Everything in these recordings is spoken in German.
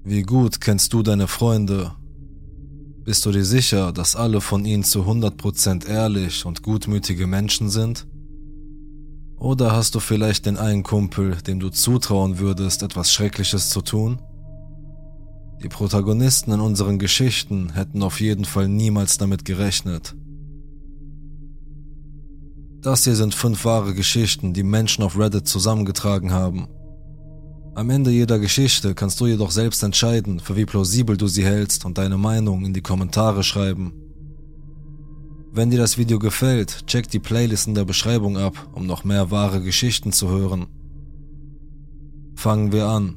Wie gut kennst du deine Freunde? Bist du dir sicher, dass alle von ihnen zu 100% ehrlich und gutmütige Menschen sind? Oder hast du vielleicht den einen Kumpel, dem du zutrauen würdest, etwas Schreckliches zu tun? Die Protagonisten in unseren Geschichten hätten auf jeden Fall niemals damit gerechnet. Das hier sind 5 wahre Geschichten, die Menschen auf Reddit zusammengetragen haben. Am Ende jeder Geschichte kannst du jedoch selbst entscheiden, für wie plausibel du sie hältst und deine Meinung in die Kommentare schreiben. Wenn dir das Video gefällt, check die Playlist in der Beschreibung ab, um noch mehr wahre Geschichten zu hören. Fangen wir an.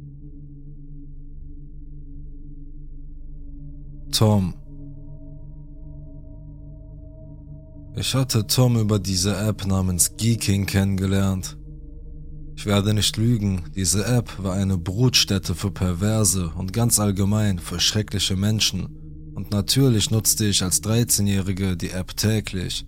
Tom. Ich hatte Tom über diese App namens Geeking kennengelernt. Ich werde nicht lügen, diese App war eine Brutstätte für Perverse und ganz allgemein für schreckliche Menschen, und natürlich nutzte ich als 13-Jährige die App täglich.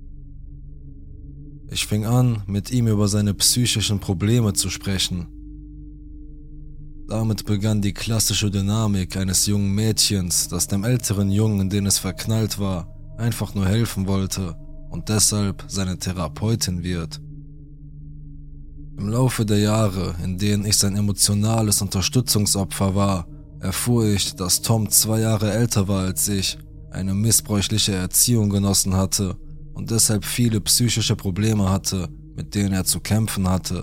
Ich fing an, mit ihm über seine psychischen Probleme zu sprechen. Damit begann die klassische Dynamik eines jungen Mädchens, das dem älteren Jungen, in den es verknallt war, einfach nur helfen wollte und deshalb seine Therapeutin wird. Im Laufe der Jahre, in denen ich sein emotionales Unterstützungsopfer war, erfuhr ich, dass Tom 2 Jahre älter war als ich, eine missbräuchliche Erziehung genossen hatte und deshalb viele psychische Probleme hatte, mit denen er zu kämpfen hatte.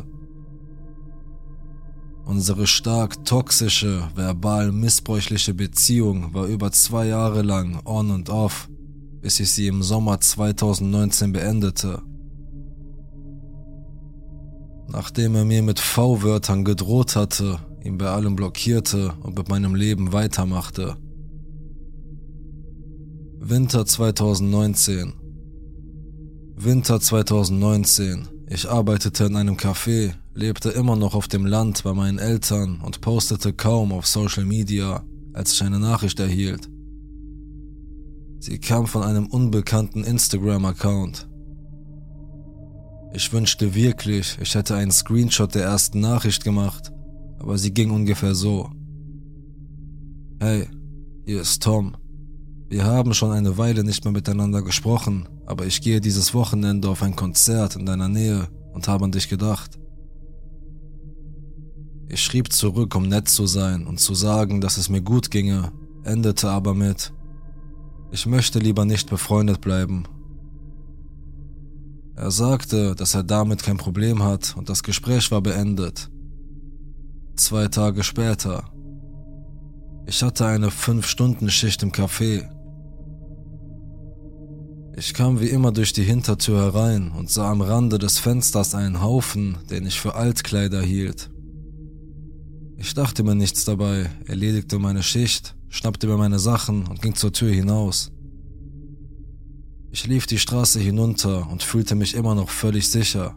Unsere stark toxische, verbal missbräuchliche Beziehung war über 2 Jahre lang on und off, bis ich sie im Sommer 2019 beendete. Nachdem er mir mit V-Wörtern gedroht hatte, ihn bei allem blockierte und mit meinem Leben weitermachte. Winter 2019. Ich arbeitete in einem Café, lebte immer noch auf dem Land bei meinen Eltern und postete kaum auf Social Media, als ich eine Nachricht erhielt. Sie kam von einem unbekannten Instagram-Account. Ich wünschte wirklich, ich hätte einen Screenshot der ersten Nachricht gemacht, aber sie ging ungefähr so. Hey, hier ist Tom. Wir haben schon eine Weile nicht mehr miteinander gesprochen, aber ich gehe dieses Wochenende auf ein Konzert in deiner Nähe und habe an dich gedacht. Ich schrieb zurück, um nett zu sein und zu sagen, dass es mir gut ginge, endete aber mit: Ich möchte lieber nicht befreundet bleiben. Er sagte, dass er damit kein Problem hat und das Gespräch war beendet. 2 Tage später. Ich hatte eine 5-Stunden-Schicht im Café. Ich kam wie immer durch die Hintertür herein und sah am Rande des Fensters einen Haufen, den ich für Altkleider hielt. Ich dachte mir nichts dabei, erledigte meine Schicht, schnappte mir meine Sachen und ging zur Tür hinaus. Ich lief die Straße hinunter und fühlte mich immer noch völlig sicher.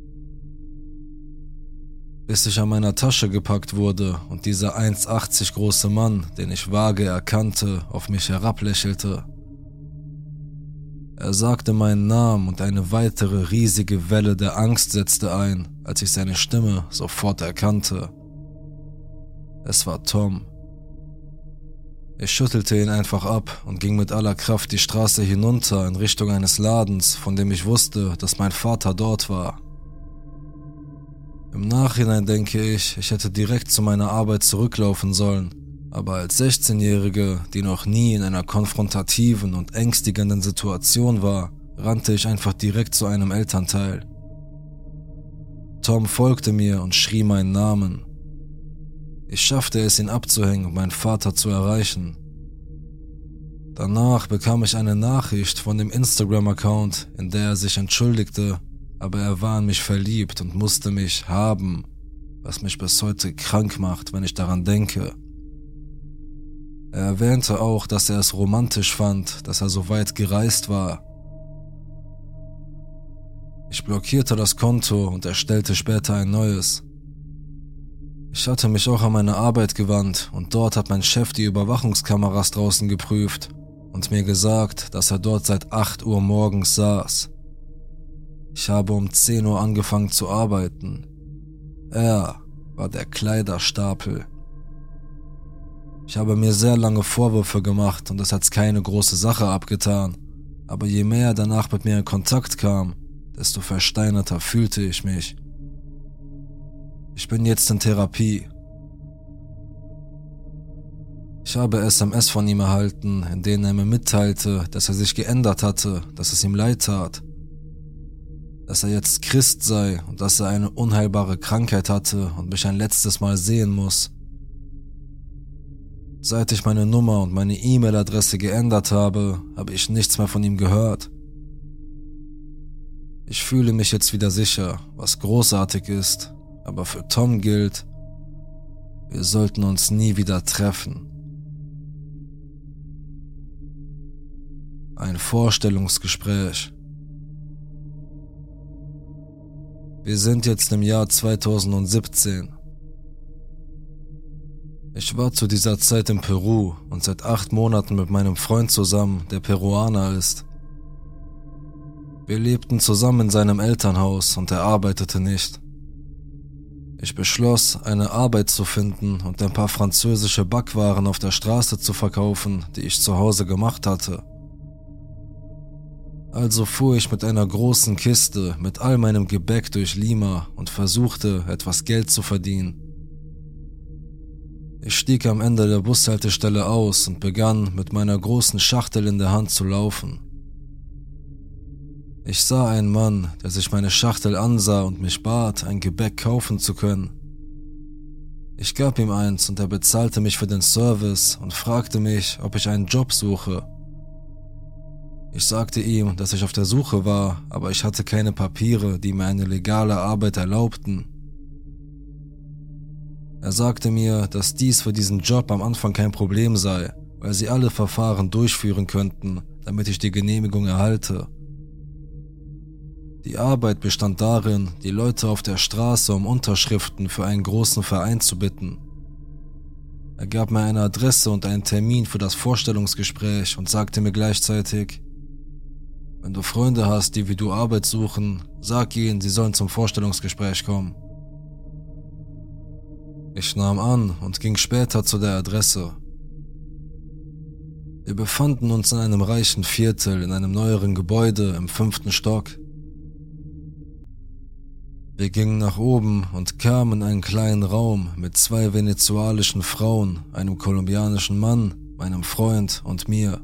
Bis ich an meiner Tasche gepackt wurde und dieser 1,80 große Mann, den ich vage erkannte, auf mich herablächelte. Er sagte meinen Namen und eine weitere riesige Welle der Angst setzte ein, als ich seine Stimme sofort erkannte. Es war Tom. Ich schüttelte ihn einfach ab und ging mit aller Kraft die Straße hinunter in Richtung eines Ladens, von dem ich wusste, dass mein Vater dort war. Im Nachhinein denke ich, ich hätte direkt zu meiner Arbeit zurücklaufen sollen, aber als 16-Jährige, die noch nie in einer konfrontativen und ängstigenden Situation war, rannte ich einfach direkt zu einem Elternteil. Tom folgte mir und schrie meinen Namen. Ich schaffte es, ihn abzuhängen und meinen Vater zu erreichen. Danach bekam ich eine Nachricht von dem Instagram-Account, in der er sich entschuldigte, aber er war in mich verliebt und musste mich haben, was mich bis heute krank macht, wenn ich daran denke. Er erwähnte auch, dass er es romantisch fand, dass er so weit gereist war. Ich blockierte das Konto und erstellte später ein neues. Ich hatte mich auch an meine Arbeit gewandt und dort hat mein Chef die Überwachungskameras draußen geprüft und mir gesagt, dass er dort seit 8 Uhr morgens saß. Ich habe um 10 Uhr angefangen zu arbeiten. Er war der Kleiderstapel. Ich habe mir sehr lange Vorwürfe gemacht und das als keine große Sache abgetan. Aber je mehr er danach mit mir in Kontakt kam, desto versteinerter fühlte ich mich. Ich bin jetzt in Therapie. Ich habe SMS von ihm erhalten, in denen er mir mitteilte, dass er sich geändert hatte, dass es ihm leid tat. Dass er jetzt Christ sei und dass er eine unheilbare Krankheit hatte und mich ein letztes Mal sehen muss. Seit ich meine Nummer und meine E-Mail-Adresse geändert habe, habe ich nichts mehr von ihm gehört. Ich fühle mich jetzt wieder sicher, was großartig ist, aber für Tom gilt, wir sollten uns nie wieder treffen. Ein Vorstellungsgespräch. Wir sind jetzt im Jahr 2017. Ich war zu dieser Zeit in Peru und seit 8 Monaten mit meinem Freund zusammen, der Peruaner ist. Wir lebten zusammen in seinem Elternhaus und er arbeitete nicht. Ich beschloss, eine Arbeit zu finden und ein paar französische Backwaren auf der Straße zu verkaufen, die ich zu Hause gemacht hatte. Also fuhr ich mit einer großen Kiste mit all meinem Gebäck durch Lima und versuchte, etwas Geld zu verdienen. Ich stieg am Ende der Bushaltestelle aus und begann, mit meiner großen Schachtel in der Hand zu laufen. Ich sah einen Mann, der sich meine Schachtel ansah und mich bat, ein Gebäck kaufen zu können. Ich gab ihm eins und er bezahlte mich für den Service und fragte mich, ob ich einen Job suche. Ich sagte ihm, dass ich auf der Suche war, aber ich hatte keine Papiere, die mir eine legale Arbeit erlaubten. Er sagte mir, dass dies für diesen Job am Anfang kein Problem sei, weil sie alle Verfahren durchführen könnten, damit ich die Genehmigung erhalte. Die Arbeit bestand darin, die Leute auf der Straße um Unterschriften für einen großen Verein zu bitten. Er gab mir eine Adresse und einen Termin für das Vorstellungsgespräch und sagte mir gleichzeitig: Wenn du Freunde hast, die wie du Arbeit suchen, sag ihnen, sie sollen zum Vorstellungsgespräch kommen. Ich nahm an und ging später zu der Adresse. Wir befanden uns in einem reichen Viertel in einem neueren Gebäude im 5. Stock. Wir gingen nach oben und kamen in einen kleinen Raum mit 2 venezuelischen Frauen, einem kolumbianischen Mann, meinem Freund und mir.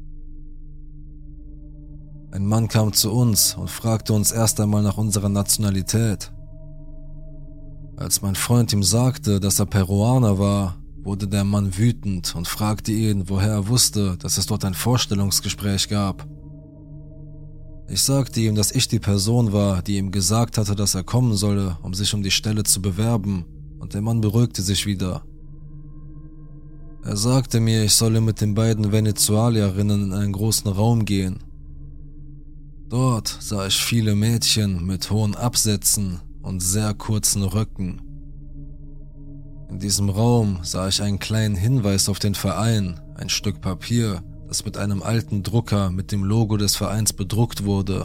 Ein Mann kam zu uns und fragte uns erst einmal nach unserer Nationalität. Als mein Freund ihm sagte, dass er Peruaner war, wurde der Mann wütend und fragte ihn, woher er wusste, dass es dort ein Vorstellungsgespräch gab. Ich sagte ihm, dass ich die Person war, die ihm gesagt hatte, dass er kommen solle, um sich um die Stelle zu bewerben, und der Mann beruhigte sich wieder. Er sagte mir, ich solle mit den beiden Venezuelerinnen in einen großen Raum gehen. Dort sah ich viele Mädchen mit hohen Absätzen und sehr kurzen Röcken. In diesem Raum sah ich einen kleinen Hinweis auf den Verein, ein Stück Papier, das mit einem alten Drucker mit dem Logo des Vereins bedruckt wurde.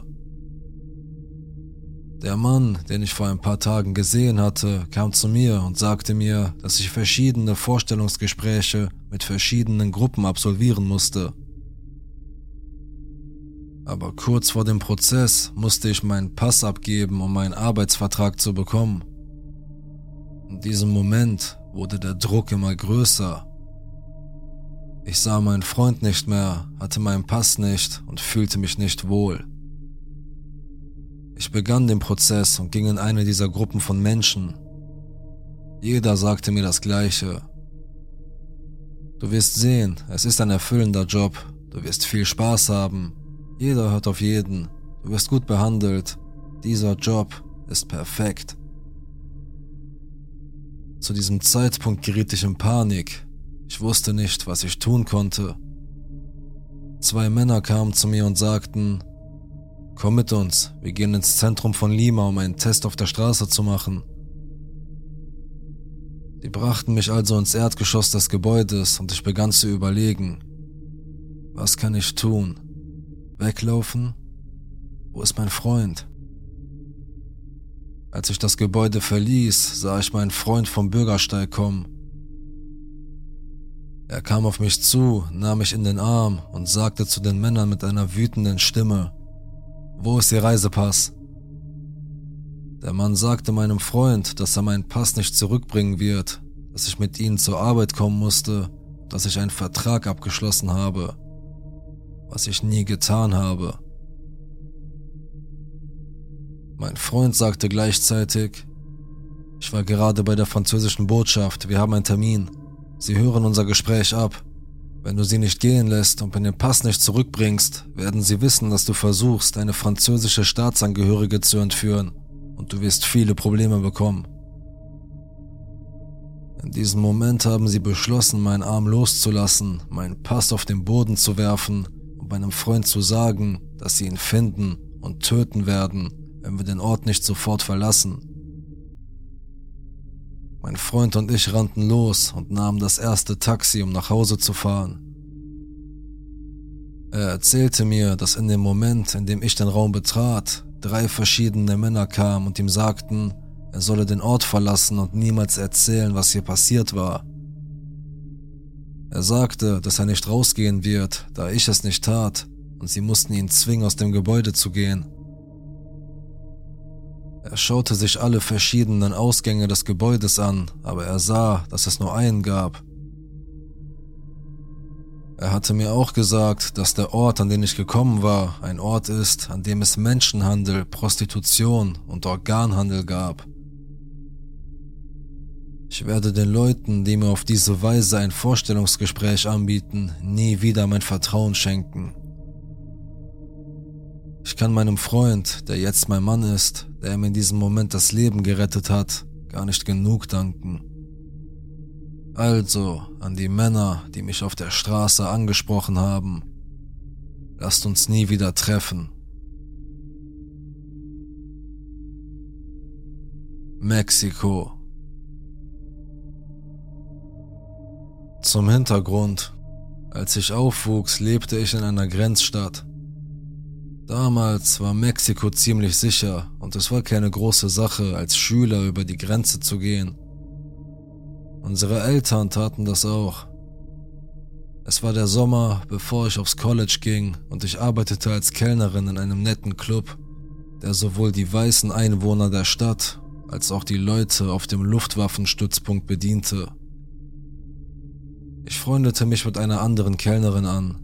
Der Mann, den ich vor ein paar Tagen gesehen hatte, kam zu mir und sagte mir, dass ich verschiedene Vorstellungsgespräche mit verschiedenen Gruppen absolvieren musste. Aber kurz vor dem Prozess musste ich meinen Pass abgeben, um meinen Arbeitsvertrag zu bekommen. In diesem Moment wurde der Druck immer größer. Ich sah meinen Freund nicht mehr, hatte meinen Pass nicht und fühlte mich nicht wohl. Ich begann den Prozess und ging in eine dieser Gruppen von Menschen. Jeder sagte mir das Gleiche. Du wirst sehen, es ist ein erfüllender Job, du wirst viel Spaß haben. Jeder hört auf jeden. Du wirst gut behandelt. Dieser Job ist perfekt. Zu diesem Zeitpunkt geriet ich in Panik. Ich wusste nicht, was ich tun konnte. 2 Männer kamen zu mir und sagten: Komm mit uns, wir gehen ins Zentrum von Lima, um einen Test auf der Straße zu machen. Sie brachten mich also ins Erdgeschoss des Gebäudes und ich begann zu überlegen: Was kann ich tun? Weglaufen? Wo ist mein Freund? Als ich das Gebäude verließ, sah ich meinen Freund vom Bürgersteig kommen. Er kam auf mich zu, nahm mich in den Arm und sagte zu den Männern mit einer wütenden Stimme: »Wo ist Ihr Reisepass?« Der Mann sagte meinem Freund, dass er meinen Pass nicht zurückbringen wird, dass ich mit ihnen zur Arbeit kommen musste, dass ich einen Vertrag abgeschlossen habe, was ich nie getan habe. Mein Freund sagte gleichzeitig: »Ich war gerade bei der französischen Botschaft, wir haben einen Termin. Sie hören unser Gespräch ab. Wenn du sie nicht gehen lässt und mir den Pass nicht zurückbringst, werden sie wissen, dass du versuchst, eine französische Staatsangehörige zu entführen, und du wirst viele Probleme bekommen.« In diesem Moment haben sie beschlossen, meinen Arm loszulassen, meinen Pass auf den Boden zu werfen und meinem Freund zu sagen, dass sie ihn finden und töten werden, wenn wir den Ort nicht sofort verlassen. Mein Freund und ich rannten los und nahmen das erste Taxi, um nach Hause zu fahren. Er erzählte mir, dass in dem Moment, in dem ich den Raum betrat, 3 verschiedene Männer kamen und ihm sagten, er solle den Ort verlassen und niemals erzählen, was hier passiert war. Er sagte, dass er nicht rausgehen wird, da ich es nicht tat, und sie mussten ihn zwingen, aus dem Gebäude zu gehen. Er schaute sich alle verschiedenen Ausgänge des Gebäudes an, aber er sah, dass es nur einen gab. Er hatte mir auch gesagt, dass der Ort, an den ich gekommen war, ein Ort ist, an dem es Menschenhandel, Prostitution und Organhandel gab. Ich werde den Leuten, die mir auf diese Weise ein Vorstellungsgespräch anbieten, nie wieder mein Vertrauen schenken. Ich kann meinem Freund, der jetzt mein Mann ist, der mir in diesem Moment das Leben gerettet hat, gar nicht genug danken. Also an die Männer, die mich auf der Straße angesprochen haben: Lasst uns nie wieder treffen. Mexiko. Zum Hintergrund: Als ich aufwuchs, lebte ich in einer Grenzstadt. Damals war Mexiko ziemlich sicher und es war keine große Sache, als Schüler über die Grenze zu gehen. Unsere Eltern taten das auch. Es war der Sommer, bevor ich aufs College ging, und ich arbeitete als Kellnerin in einem netten Club, der sowohl die weißen Einwohner der Stadt als auch die Leute auf dem Luftwaffenstützpunkt bediente. Ich freundete mich mit einer anderen Kellnerin an.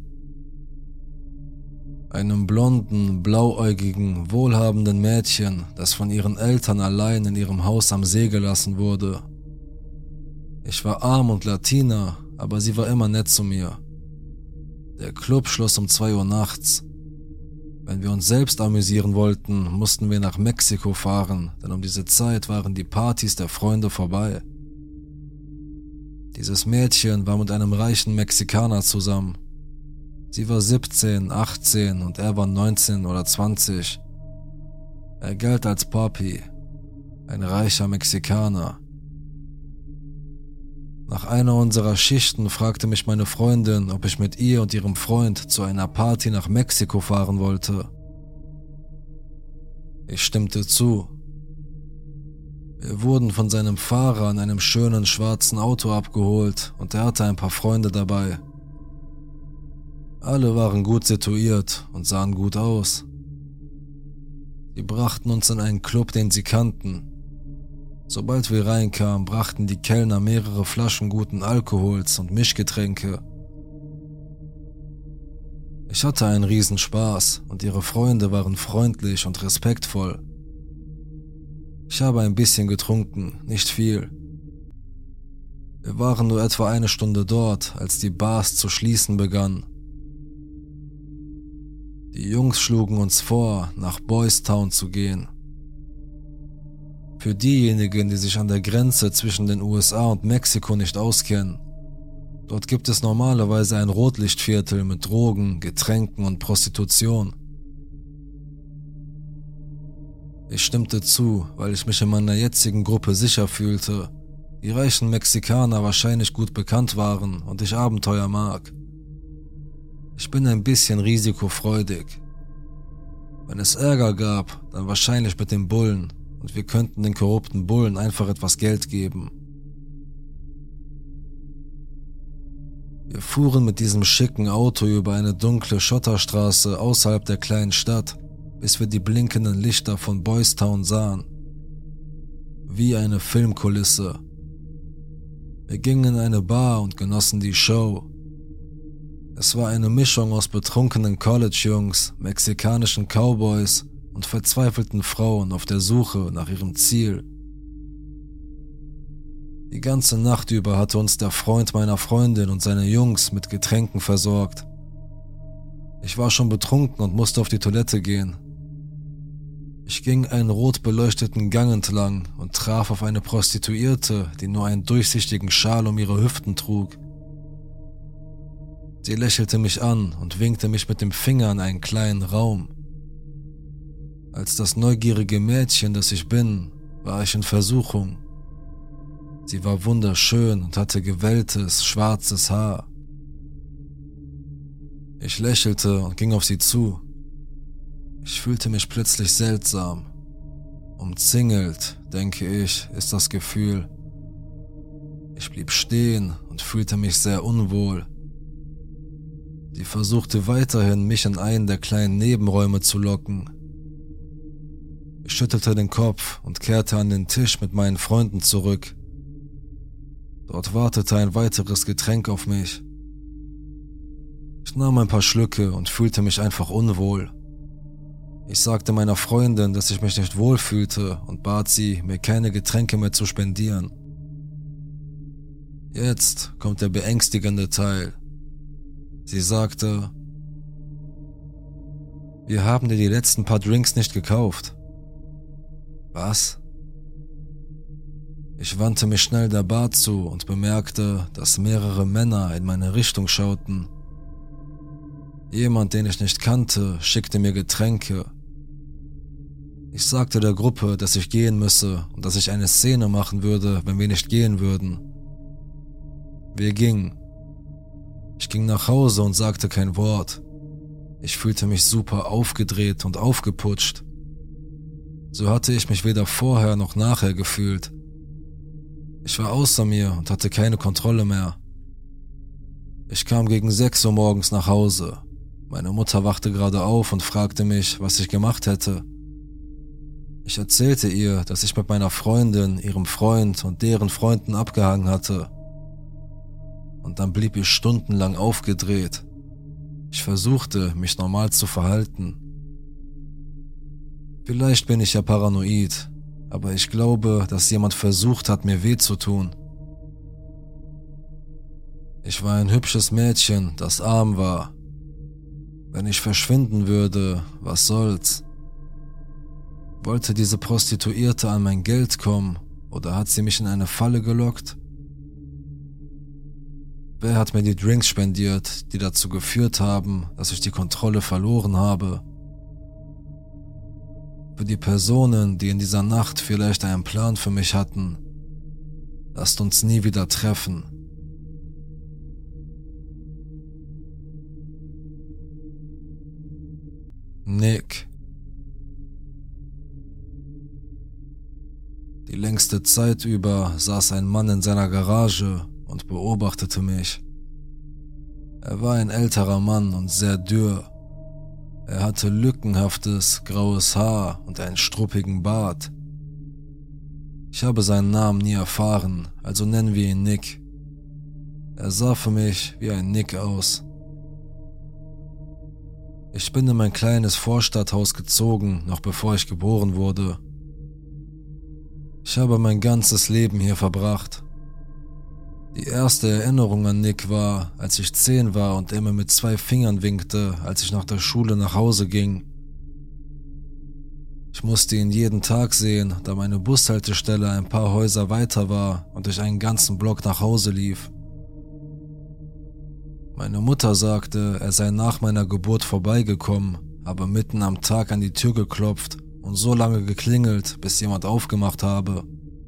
Einem blonden, blauäugigen, wohlhabenden Mädchen, das von ihren Eltern allein in ihrem Haus am See gelassen wurde. Ich war arm und Latina, aber sie war immer nett zu mir. Der Club schloss um 2 Uhr nachts. Wenn wir uns selbst amüsieren wollten, mussten wir nach Mexiko fahren, denn um diese Zeit waren die Partys der Freunde vorbei. Dieses Mädchen war mit einem reichen Mexikaner zusammen. Sie war 17, 18 und er war 19 oder 20. Er galt als Papi, ein reicher Mexikaner. Nach einer unserer Schichten fragte mich meine Freundin, ob ich mit ihr und ihrem Freund zu einer Party nach Mexiko fahren wollte. Ich stimmte zu. Wir wurden von seinem Fahrer in einem schönen schwarzen Auto abgeholt und er hatte ein paar Freunde dabei. Alle waren gut situiert und sahen gut aus. Sie brachten uns in einen Club, den sie kannten. Sobald wir reinkamen, brachten die Kellner mehrere Flaschen guten Alkohols und Mischgetränke. Ich hatte einen Riesenspaß und ihre Freunde waren freundlich und respektvoll. Ich habe ein bisschen getrunken, nicht viel. Wir waren nur etwa 1 Stunde dort, als die Bars zu schließen begannen. Die Jungs schlugen uns vor, nach Boys Town zu gehen. Für diejenigen, die sich an der Grenze zwischen den USA und Mexiko nicht auskennen: Dort gibt es normalerweise ein Rotlichtviertel mit Drogen, Getränken und Prostitution. Ich stimmte zu, weil ich mich in meiner jetzigen Gruppe sicher fühlte, die reichen Mexikaner wahrscheinlich gut bekannt waren und ich Abenteuer mag. Ich bin ein bisschen risikofreudig. Wenn es Ärger gab, dann wahrscheinlich mit den Bullen und wir könnten den korrupten Bullen einfach etwas Geld geben. Wir fuhren mit diesem schicken Auto über eine dunkle Schotterstraße außerhalb der kleinen Stadt, bis wir die blinkenden Lichter von Boys Town sahen. Wie eine Filmkulisse. Wir gingen in eine Bar und genossen die Show. Es war eine Mischung aus betrunkenen College-Jungs, mexikanischen Cowboys und verzweifelten Frauen auf der Suche nach ihrem Ziel. Die ganze Nacht über hatte uns der Freund meiner Freundin und seine Jungs mit Getränken versorgt. Ich war schon betrunken und musste auf die Toilette gehen. Ich ging einen rot beleuchteten Gang entlang und traf auf eine Prostituierte, die nur einen durchsichtigen Schal um ihre Hüften trug. Sie lächelte mich an und winkte mich mit dem Finger an einen kleinen Raum. Als das neugierige Mädchen, das ich bin, war ich in Versuchung. Sie war wunderschön und hatte gewelltes, schwarzes Haar. Ich lächelte und ging auf sie zu. Ich fühlte mich plötzlich seltsam. Umzingelt, denke ich, ist das Gefühl. Ich blieb stehen und fühlte mich sehr unwohl. Sie versuchte weiterhin, mich in einen der kleinen Nebenräume zu locken. Ich schüttelte den Kopf und kehrte an den Tisch mit meinen Freunden zurück. Dort wartete ein weiteres Getränk auf mich. Ich nahm ein paar Schlücke und fühlte mich einfach unwohl. Ich sagte meiner Freundin, dass ich mich nicht wohlfühlte und bat sie, mir keine Getränke mehr zu spendieren. Jetzt kommt der beängstigende Teil. Sie sagte: Wir haben dir die letzten paar Drinks nicht gekauft. Was? Ich wandte mich schnell der Bar zu und bemerkte, dass mehrere Männer in meine Richtung schauten. Jemand, den ich nicht kannte, schickte mir Getränke. Ich sagte der Gruppe, dass ich gehen müsse und dass ich eine Szene machen würde, wenn wir nicht gehen würden. Wir gingen. Ich ging nach Hause und sagte kein Wort. Ich fühlte mich super aufgedreht und aufgeputscht. So hatte ich mich weder vorher noch nachher gefühlt. Ich war außer mir und hatte keine Kontrolle mehr. Ich kam gegen 6 Uhr morgens nach Hause. Meine Mutter wachte gerade auf und fragte mich, was ich gemacht hätte. Ich erzählte ihr, dass ich mit meiner Freundin, ihrem Freund und deren Freunden abgehangen hatte. Und dann blieb ich stundenlang aufgedreht. Ich versuchte, mich normal zu verhalten. Vielleicht bin ich ja paranoid, aber ich glaube, dass jemand versucht hat, mir weh zu tun. Ich war ein hübsches Mädchen, das arm war. Wenn ich verschwinden würde, was soll's? Wollte diese Prostituierte an mein Geld kommen oder hat sie mich in eine Falle gelockt? Wer hat mir die Drinks spendiert, die dazu geführt haben, dass ich die Kontrolle verloren habe? Für die Personen, die in dieser Nacht vielleicht einen Plan für mich hatten, lasst uns nie wieder treffen. Nick. Die längste Zeit über saß ein Mann in seiner Garage und beobachtete mich. Er war ein älterer Mann und sehr dürr. Er hatte lückenhaftes, graues Haar und einen struppigen Bart. Ich habe seinen Namen nie erfahren, also nennen wir ihn Nick. Er sah für mich wie ein Nick aus. Ich bin in mein kleines Vorstadthaus gezogen, noch bevor ich geboren wurde. Ich habe mein ganzes Leben hier verbracht. Die erste Erinnerung an Nick war, als ich 10 war und er mir mit 2 Fingern winkte, als ich nach der Schule nach Hause ging. Ich musste ihn jeden Tag sehen, da meine Bushaltestelle ein paar Häuser weiter war und ich einen ganzen Block nach Hause lief. Meine Mutter sagte, er sei nach meiner Geburt vorbeigekommen, habe mitten am Tag an die Tür geklopft und so lange geklingelt, bis jemand aufgemacht habe.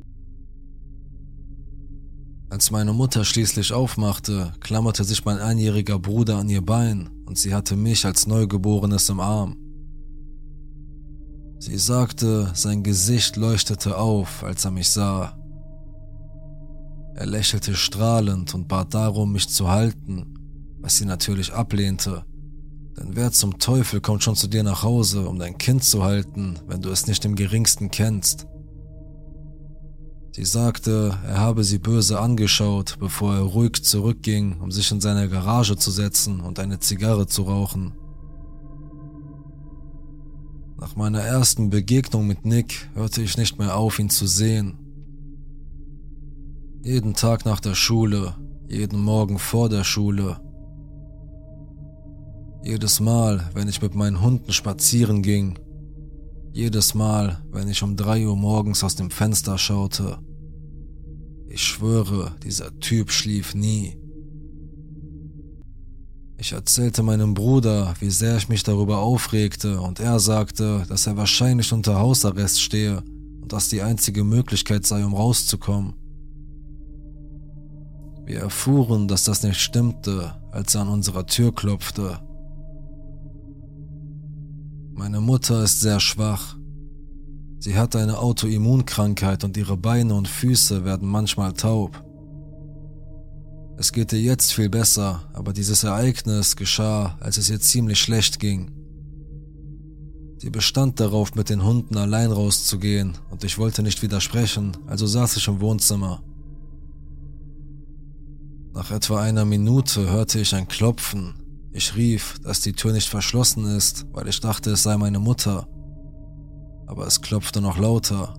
Als meine Mutter schließlich aufmachte, klammerte sich mein 1-jähriger Bruder an ihr Bein und sie hatte mich als Neugeborenes im Arm. Sie sagte, sein Gesicht leuchtete auf, als er mich sah. Er lächelte strahlend und bat darum, mich zu halten, was sie natürlich ablehnte. Denn wer zum Teufel kommt schon zu dir nach Hause, um dein Kind zu halten, wenn du es nicht im geringsten kennst? Sie sagte, er habe sie böse angeschaut, bevor er ruhig zurückging, um sich in seine Garage zu setzen und eine Zigarre zu rauchen. Nach meiner ersten Begegnung mit Nick hörte ich nicht mehr auf, ihn zu sehen. Jeden Tag nach der Schule, jeden Morgen vor der Schule. Jedes Mal, wenn ich mit meinen Hunden spazieren ging. Jedes Mal, wenn ich um 3 Uhr morgens aus dem Fenster schaute. Ich schwöre, dieser Typ schlief nie. Ich erzählte meinem Bruder, wie sehr ich mich darüber aufregte, und er sagte, dass er wahrscheinlich unter Hausarrest stehe und das die einzige Möglichkeit sei, um rauszukommen. Wir erfuhren, dass das nicht stimmte, als er an unserer Tür klopfte. Meine Mutter ist sehr schwach. Sie hat eine Autoimmunkrankheit und ihre Beine und Füße werden manchmal taub. Es geht ihr jetzt viel besser, aber dieses Ereignis geschah, als es ihr ziemlich schlecht ging. Sie bestand darauf, mit den Hunden allein rauszugehen, und ich wollte nicht widersprechen, also saß ich im Wohnzimmer. Nach etwa einer Minute hörte ich ein Klopfen. Ich rief, dass die Tür nicht verschlossen ist, weil ich dachte, es sei meine Mutter. Aber es klopfte noch lauter.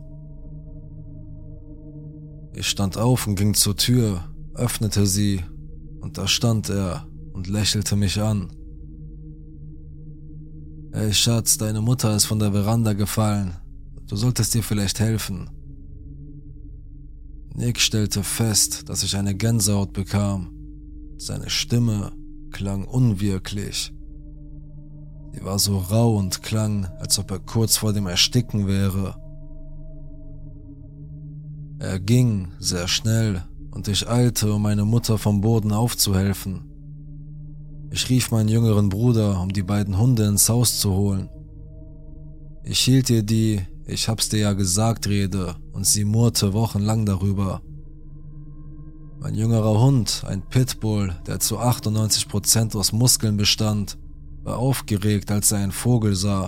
Ich stand auf und ging zur Tür, öffnete sie, und da stand er und lächelte mich an. »Hey Schatz, deine Mutter ist von der Veranda gefallen. Du solltest ihr vielleicht helfen.« Nick stellte fest, dass ich eine Gänsehaut bekam. Seine Stimme klang unwirklich. Sie war so rau und klang, als ob er kurz vor dem Ersticken wäre. Er ging sehr schnell und ich eilte, um meine Mutter vom Boden aufzuhelfen. Ich rief meinen jüngeren Bruder, um die beiden Hunde ins Haus zu holen. Ich hielt ihr die „Ich hab's dir ja gesagt“ Rede und sie murrte wochenlang darüber. Mein jüngerer Hund, ein Pitbull, der zu 98% aus Muskeln bestand, war aufgeregt, als er einen Vogel sah.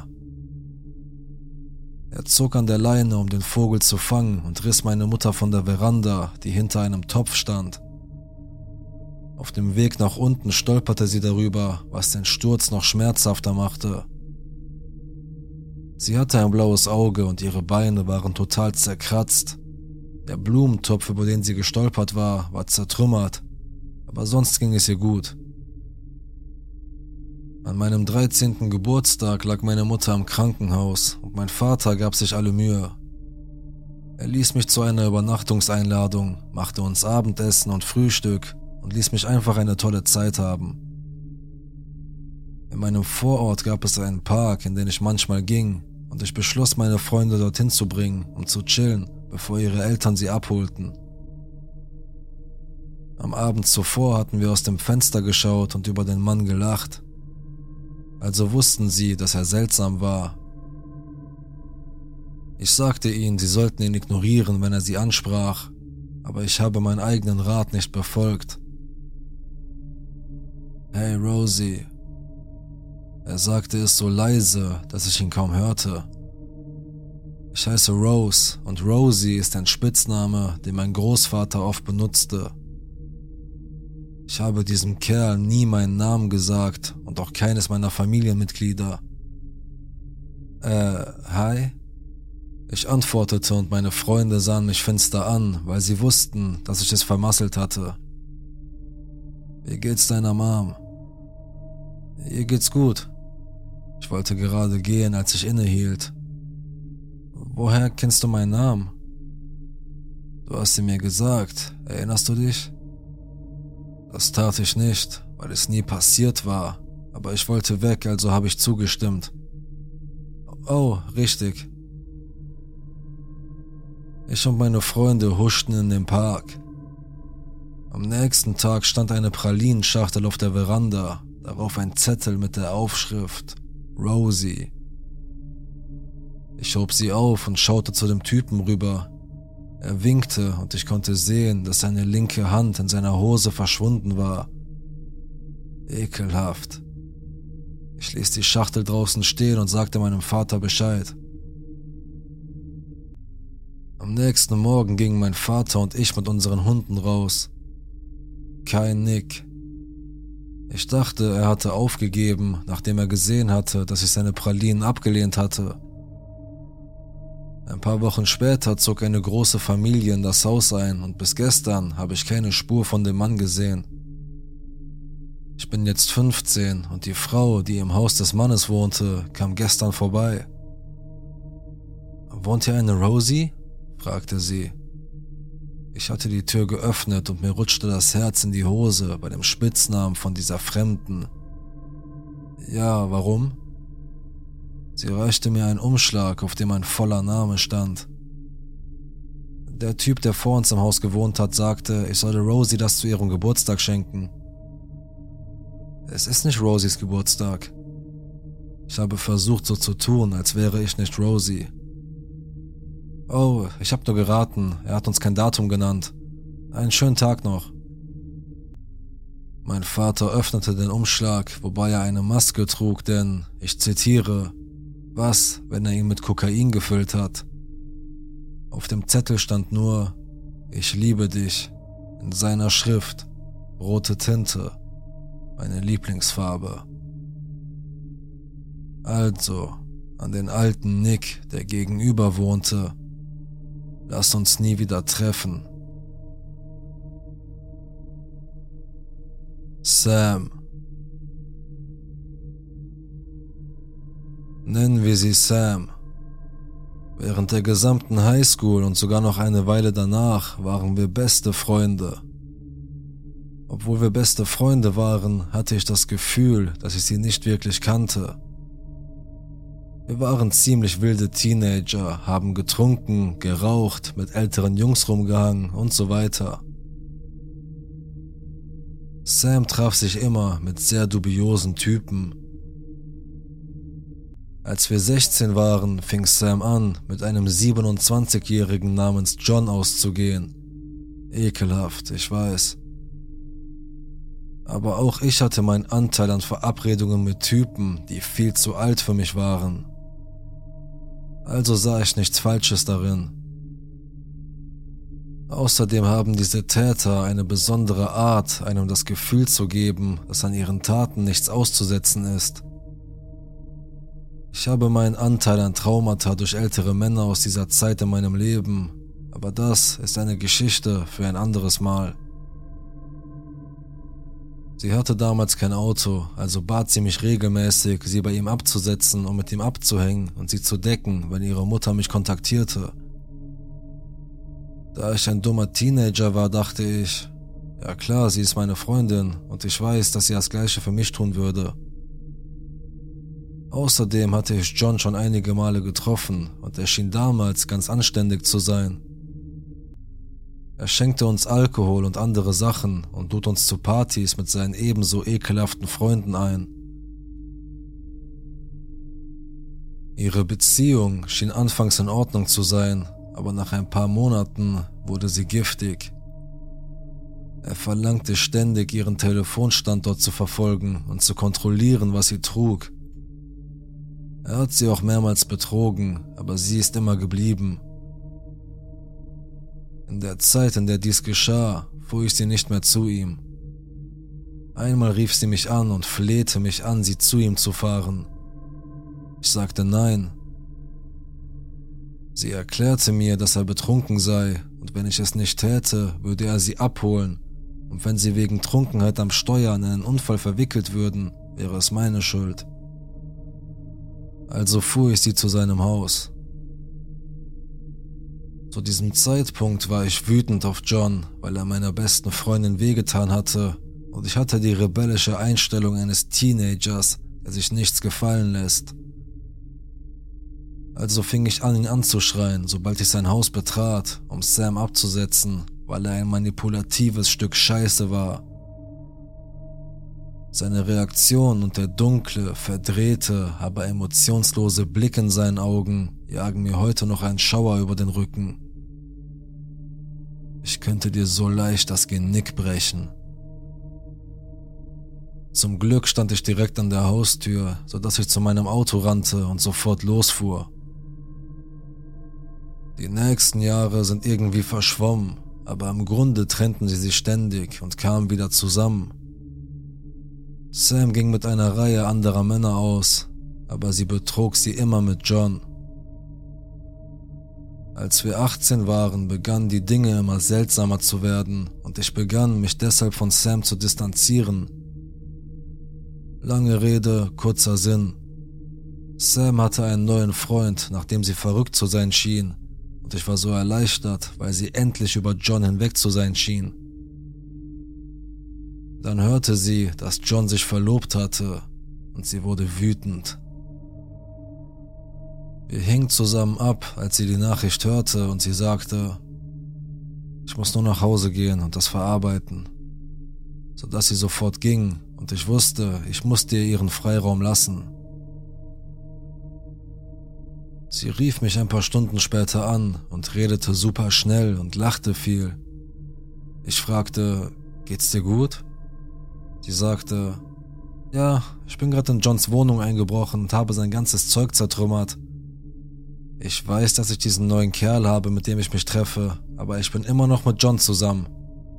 Er zog an der Leine, um den Vogel zu fangen, und riss meine Mutter von der Veranda, die hinter einem Topf stand. Auf dem Weg nach unten stolperte sie darüber, was den Sturz noch schmerzhafter machte. Sie hatte ein blaues Auge und ihre Beine waren total zerkratzt. Der Blumentopf, über den sie gestolpert war, war zertrümmert, aber sonst ging es ihr gut. An meinem 13. Geburtstag lag meine Mutter im Krankenhaus und mein Vater gab sich alle Mühe. Er ließ mich zu einer Übernachtungseinladung, machte uns Abendessen und Frühstück und ließ mich einfach eine tolle Zeit haben. In meinem Vorort gab es einen Park, in den ich manchmal ging, und ich beschloss, meine Freunde dorthin zu bringen, um zu chillen, bevor ihre Eltern sie abholten. Am Abend zuvor hatten wir aus dem Fenster geschaut und über den Mann gelacht. Also wussten sie, dass er seltsam war. Ich sagte ihnen, sie sollten ihn ignorieren, wenn er sie ansprach, aber ich habe meinen eigenen Rat nicht befolgt. »Hey Rosie«, er sagte es so leise, dass ich ihn kaum hörte. Ich heiße Rose und Rosie ist ein Spitzname, den mein Großvater oft benutzte. Ich habe diesem Kerl nie meinen Namen gesagt und auch keines meiner Familienmitglieder. Hi? Ich antwortete und meine Freunde sahen mich finster an, weil sie wussten, dass ich es vermasselt hatte. »Wie geht's deiner Mom?« »Ihr geht's gut.« Ich wollte gerade gehen, als ich innehielt. »Woher kennst du meinen Namen?« »Du hast ihn mir gesagt. Erinnerst du dich?« Das tat ich nicht, weil es nie passiert war, aber ich wollte weg, also habe ich zugestimmt. »Oh, richtig.« Ich und meine Freunde huschten in den Park. Am nächsten Tag stand eine Pralinenschachtel auf der Veranda, darauf ein Zettel mit der Aufschrift »Rosie«. Ich hob sie auf und schaute zu dem Typen rüber. Er winkte und ich konnte sehen, dass seine linke Hand in seiner Hose verschwunden war. Ekelhaft. Ich ließ die Schachtel draußen stehen und sagte meinem Vater Bescheid. Am nächsten Morgen gingen mein Vater und ich mit unseren Hunden raus. Kein Nick. Ich dachte, er hatte aufgegeben, nachdem er gesehen hatte, dass ich seine Pralinen abgelehnt hatte. Ein paar Wochen später zog eine große Familie in das Haus ein und bis gestern habe ich keine Spur von dem Mann gesehen. Ich bin jetzt 15 und die Frau, die im Haus des Mannes wohnte, kam gestern vorbei. »Wohnt hier eine Rosie?« fragte sie. Ich hatte die Tür geöffnet und mir rutschte das Herz in die Hose bei dem Spitznamen von dieser Fremden. »Ja, warum?« Sie reichte mir einen Umschlag, auf dem ein voller Name stand. Der Typ, der vor uns im Haus gewohnt hat, sagte, ich solle Rosie das zu ihrem Geburtstag schenken. Es ist nicht Rosies Geburtstag. Ich habe versucht, so zu tun, als wäre ich nicht Rosie. Oh, ich habe nur geraten, er hat uns kein Datum genannt. Einen schönen Tag noch. Mein Vater öffnete den Umschlag, wobei er eine Maske trug, denn, ich zitiere, was, wenn er ihn mit Kokain gefüllt hat? Auf dem Zettel stand nur, ich liebe dich, in seiner Schrift, rote Tinte, meine Lieblingsfarbe. Also, an den alten Nick, der gegenüber wohnte, lass uns nie wieder treffen. Sam. Nennen wir sie Sam. Während der gesamten Highschool und sogar noch eine Weile danach waren wir beste Freunde. Obwohl wir beste Freunde waren, hatte ich das Gefühl, dass ich sie nicht wirklich kannte. Wir waren ziemlich wilde Teenager, haben getrunken, geraucht, mit älteren Jungs rumgehangen und so weiter. Sam traf sich immer mit sehr dubiosen Typen. Als wir 16 waren, fing Sam an, mit einem 27-Jährigen namens John auszugehen. Ekelhaft, ich weiß. Aber auch ich hatte meinen Anteil an Verabredungen mit Typen, die viel zu alt für mich waren. Also sah ich nichts Falsches darin. Außerdem haben diese Täter eine besondere Art, einem das Gefühl zu geben, dass an ihren Taten nichts auszusetzen ist. Ich habe meinen Anteil an Traumata durch ältere Männer aus dieser Zeit in meinem Leben, aber das ist eine Geschichte für ein anderes Mal. Sie hatte damals kein Auto, also bat sie mich regelmäßig, sie bei ihm abzusetzen, um mit ihm abzuhängen und sie zu decken, wenn ihre Mutter mich kontaktierte. Da ich ein dummer Teenager war, dachte ich, ja klar, sie ist meine Freundin und ich weiß, dass sie das Gleiche für mich tun würde. Außerdem hatte ich John schon einige Male getroffen und er schien damals ganz anständig zu sein. Er schenkte uns Alkohol und andere Sachen und lud uns zu Partys mit seinen ebenso ekelhaften Freunden ein. Ihre Beziehung schien anfangs in Ordnung zu sein, aber nach ein paar Monaten wurde sie giftig. Er verlangte ständig, ihren Telefonstandort zu verfolgen und zu kontrollieren, was sie trug. Er hat sie auch mehrmals betrogen, aber sie ist immer geblieben. In der Zeit, in der dies geschah, fuhr ich sie nicht mehr zu ihm. Einmal rief sie mich an und flehte mich an, sie zu ihm zu fahren. Ich sagte nein. Sie erklärte mir, dass er betrunken sei und wenn ich es nicht täte, würde er sie abholen und wenn sie wegen Trunkenheit am Steuer in einen Unfall verwickelt würden, wäre es meine Schuld. Also fuhr ich sie zu seinem Haus. Zu diesem Zeitpunkt war ich wütend auf John, weil er meiner besten Freundin wehgetan hatte und ich hatte die rebellische Einstellung eines Teenagers, der sich nichts gefallen lässt. Also fing ich an, ihn anzuschreien, sobald ich sein Haus betrat, um Sam abzusetzen, weil er ein manipulatives Stück Scheiße war. Seine Reaktion und der dunkle, verdrehte, aber emotionslose Blick in seinen Augen jagen mir heute noch einen Schauer über den Rücken. Ich könnte dir so leicht das Genick brechen. Zum Glück stand ich direkt an der Haustür, sodass ich zu meinem Auto rannte und sofort losfuhr. Die nächsten Jahre sind irgendwie verschwommen, aber im Grunde trennten sie sich ständig und kamen wieder zusammen. Sam ging mit einer Reihe anderer Männer aus, aber sie betrog sie immer mit John. Als wir 18 waren, begannen die Dinge immer seltsamer zu werden und ich begann, mich deshalb von Sam zu distanzieren. Lange Rede, kurzer Sinn. Sam hatte einen neuen Freund, nachdem sie verrückt zu sein schien, und ich war so erleichtert, weil sie endlich über John hinweg zu sein schien. Dann hörte sie, dass John sich verlobt hatte, und sie wurde wütend. Wir hingen zusammen ab, als sie die Nachricht hörte, und sie sagte, ich muss nur nach Hause gehen und das verarbeiten, sodass sie sofort ging, und ich wusste, ich musste ihr ihren Freiraum lassen. Sie rief mich ein paar Stunden später an und redete super schnell und lachte viel. Ich fragte, geht's dir gut? Sie sagte, ja, ich bin gerade in Johns Wohnung eingebrochen und habe sein ganzes Zeug zertrümmert. Ich weiß, dass ich diesen neuen Kerl habe, mit dem ich mich treffe, aber ich bin immer noch mit John zusammen.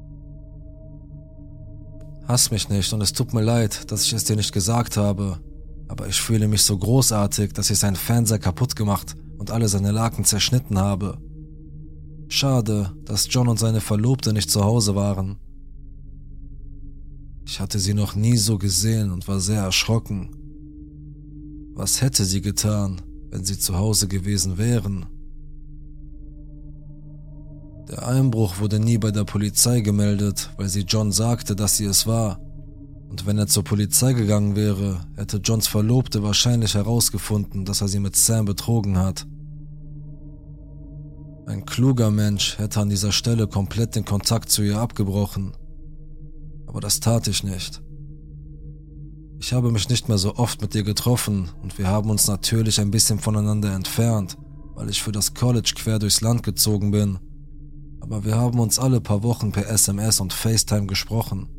Hass mich nicht und es tut mir leid, dass ich es dir nicht gesagt habe, aber ich fühle mich so großartig, dass ich seinen Fernseher kaputt gemacht und alle seine Laken zerschnitten habe. Schade, dass John und seine Verlobte nicht zu Hause waren. Ich hatte sie noch nie so gesehen und war sehr erschrocken. Was hätte sie getan, wenn sie zu Hause gewesen wären? Der Einbruch wurde nie bei der Polizei gemeldet, weil sie John sagte, dass sie es war. Und wenn er zur Polizei gegangen wäre, hätte Johns Verlobte wahrscheinlich herausgefunden, dass er sie mit Sam betrogen hat. Ein kluger Mensch hätte an dieser Stelle komplett den Kontakt zu ihr abgebrochen. Aber das tat ich nicht. Ich habe mich nicht mehr so oft mit ihr getroffen und wir haben uns natürlich ein bisschen voneinander entfernt, weil ich für das College quer durchs Land gezogen bin. Aber wir haben uns alle paar Wochen per SMS und FaceTime gesprochen.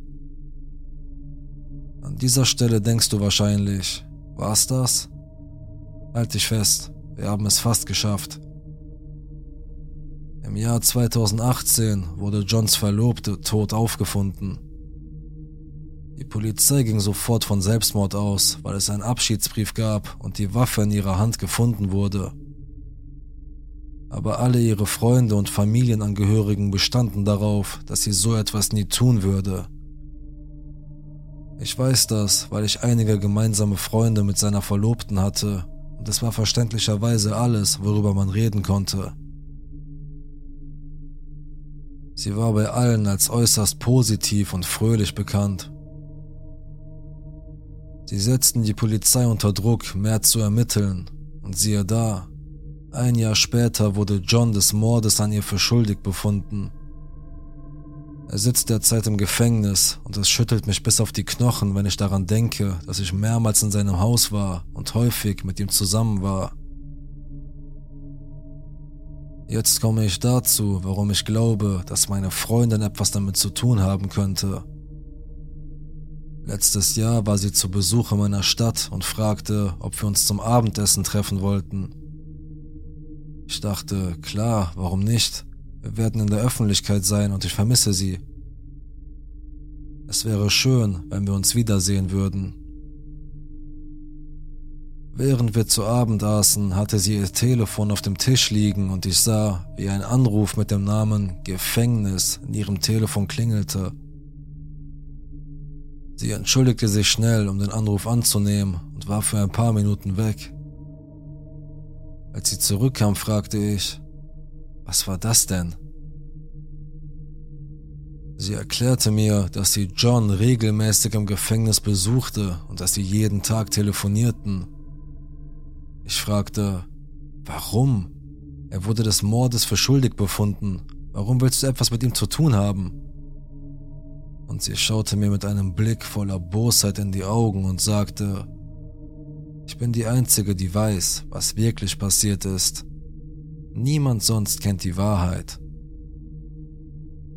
An dieser Stelle denkst du wahrscheinlich, war's das? Halt dich fest, wir haben es fast geschafft. Im Jahr 2018 wurde Johns Verlobte tot aufgefunden. Die Polizei ging sofort von Selbstmord aus, weil es einen Abschiedsbrief gab und die Waffe in ihrer Hand gefunden wurde. Aber alle ihre Freunde und Familienangehörigen bestanden darauf, dass sie so etwas nie tun würde. Ich weiß das, weil ich einige gemeinsame Freunde mit seiner Verlobten hatte und es war verständlicherweise alles, worüber man reden konnte. Sie war bei allen als äußerst positiv und fröhlich bekannt. Sie setzten die Polizei unter Druck, mehr zu ermitteln, und siehe da, ein Jahr später wurde John des Mordes an ihr für schuldig befunden. Er sitzt derzeit im Gefängnis und es schüttelt mich bis auf die Knochen, wenn ich daran denke, dass ich mehrmals in seinem Haus war und häufig mit ihm zusammen war. Jetzt komme ich dazu, warum ich glaube, dass meine Freundin etwas damit zu tun haben könnte. Letztes Jahr war sie zu Besuch in meiner Stadt und fragte, ob wir uns zum Abendessen treffen wollten. Ich dachte, klar, warum nicht? Wir werden in der Öffentlichkeit sein und ich vermisse sie. Es wäre schön, wenn wir uns wiedersehen würden. Während wir zu Abend aßen, hatte sie ihr Telefon auf dem Tisch liegen und ich sah, wie ein Anruf mit dem Namen Gefängnis in ihrem Telefon klingelte. Sie entschuldigte sich schnell, um den Anruf anzunehmen und war für ein paar Minuten weg. Als sie zurückkam, fragte ich, was war das denn? Sie erklärte mir, dass sie John regelmäßig im Gefängnis besuchte und dass sie jeden Tag telefonierten. Ich fragte, warum? Er wurde des Mordes für schuldig befunden. Warum willst du etwas mit ihm zu tun haben? Und sie schaute mir mit einem Blick voller Bosheit in die Augen und sagte, ich bin die Einzige, die weiß, was wirklich passiert ist. Niemand sonst kennt die Wahrheit.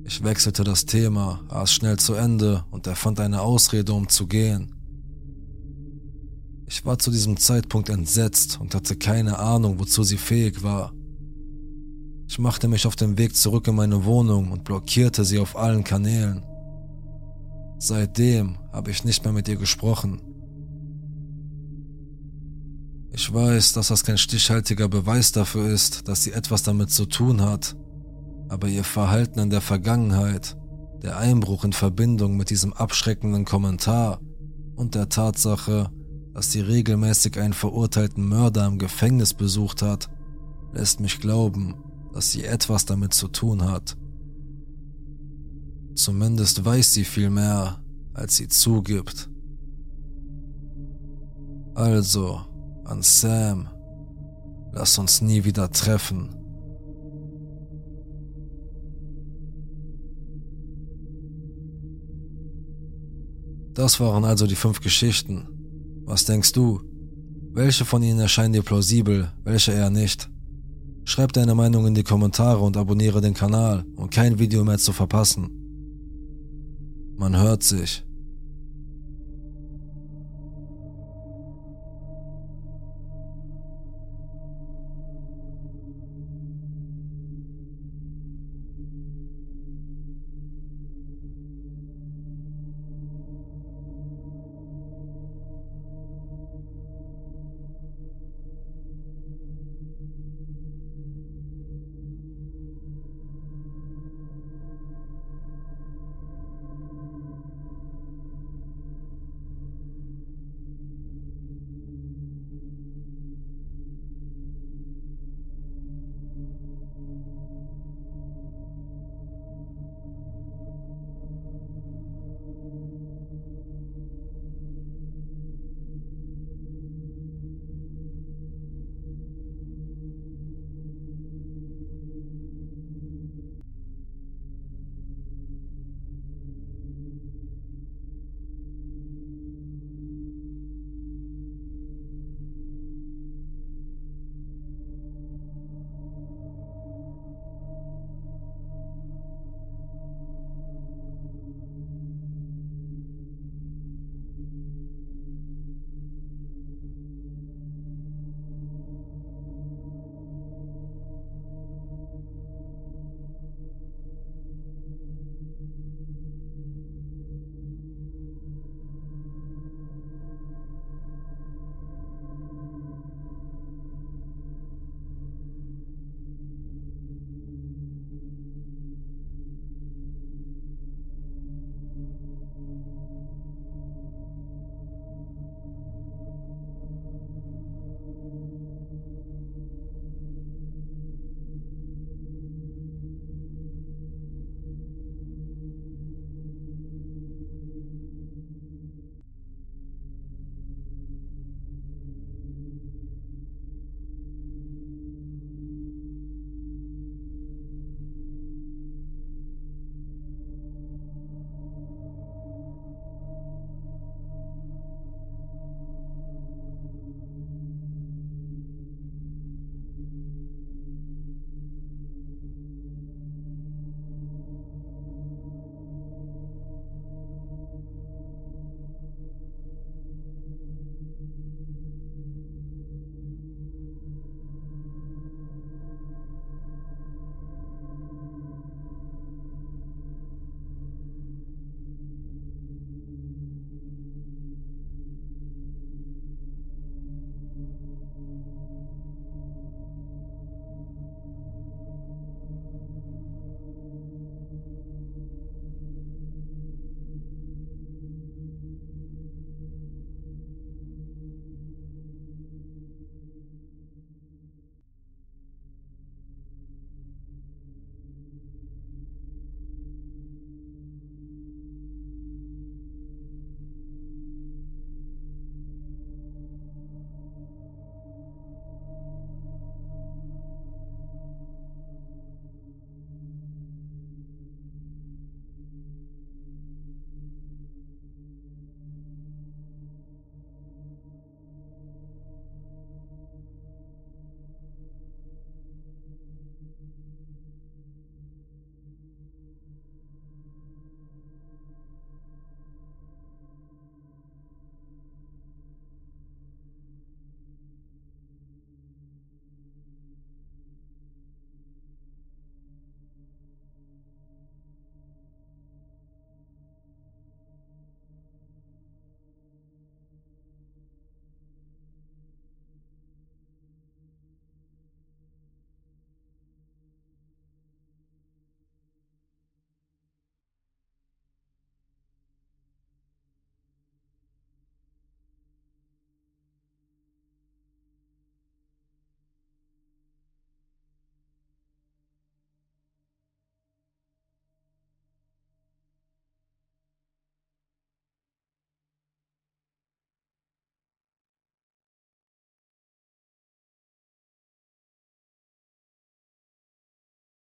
Ich wechselte das Thema, aß schnell zu Ende und er fand eine Ausrede, um zu gehen. Ich war zu diesem Zeitpunkt entsetzt und hatte keine Ahnung, wozu sie fähig war. Ich machte mich auf den Weg zurück in meine Wohnung und blockierte sie auf allen Kanälen. Seitdem habe ich nicht mehr mit ihr gesprochen. Ich weiß, dass das kein stichhaltiger Beweis dafür ist, dass sie etwas damit zu tun hat, aber ihr Verhalten in der Vergangenheit, der Einbruch in Verbindung mit diesem abschreckenden Kommentar und der Tatsache, dass sie regelmäßig einen verurteilten Mörder im Gefängnis besucht hat, lässt mich glauben, dass sie etwas damit zu tun hat. Zumindest weiß sie viel mehr, als sie zugibt. Also, an Sam, lass uns nie wieder treffen. Das waren also die 5 Geschichten. Was denkst du? Welche von ihnen erscheinen dir plausibel, welche eher nicht? Schreib deine Meinung in die Kommentare und abonniere den Kanal, um kein Video mehr zu verpassen. Man hört sich.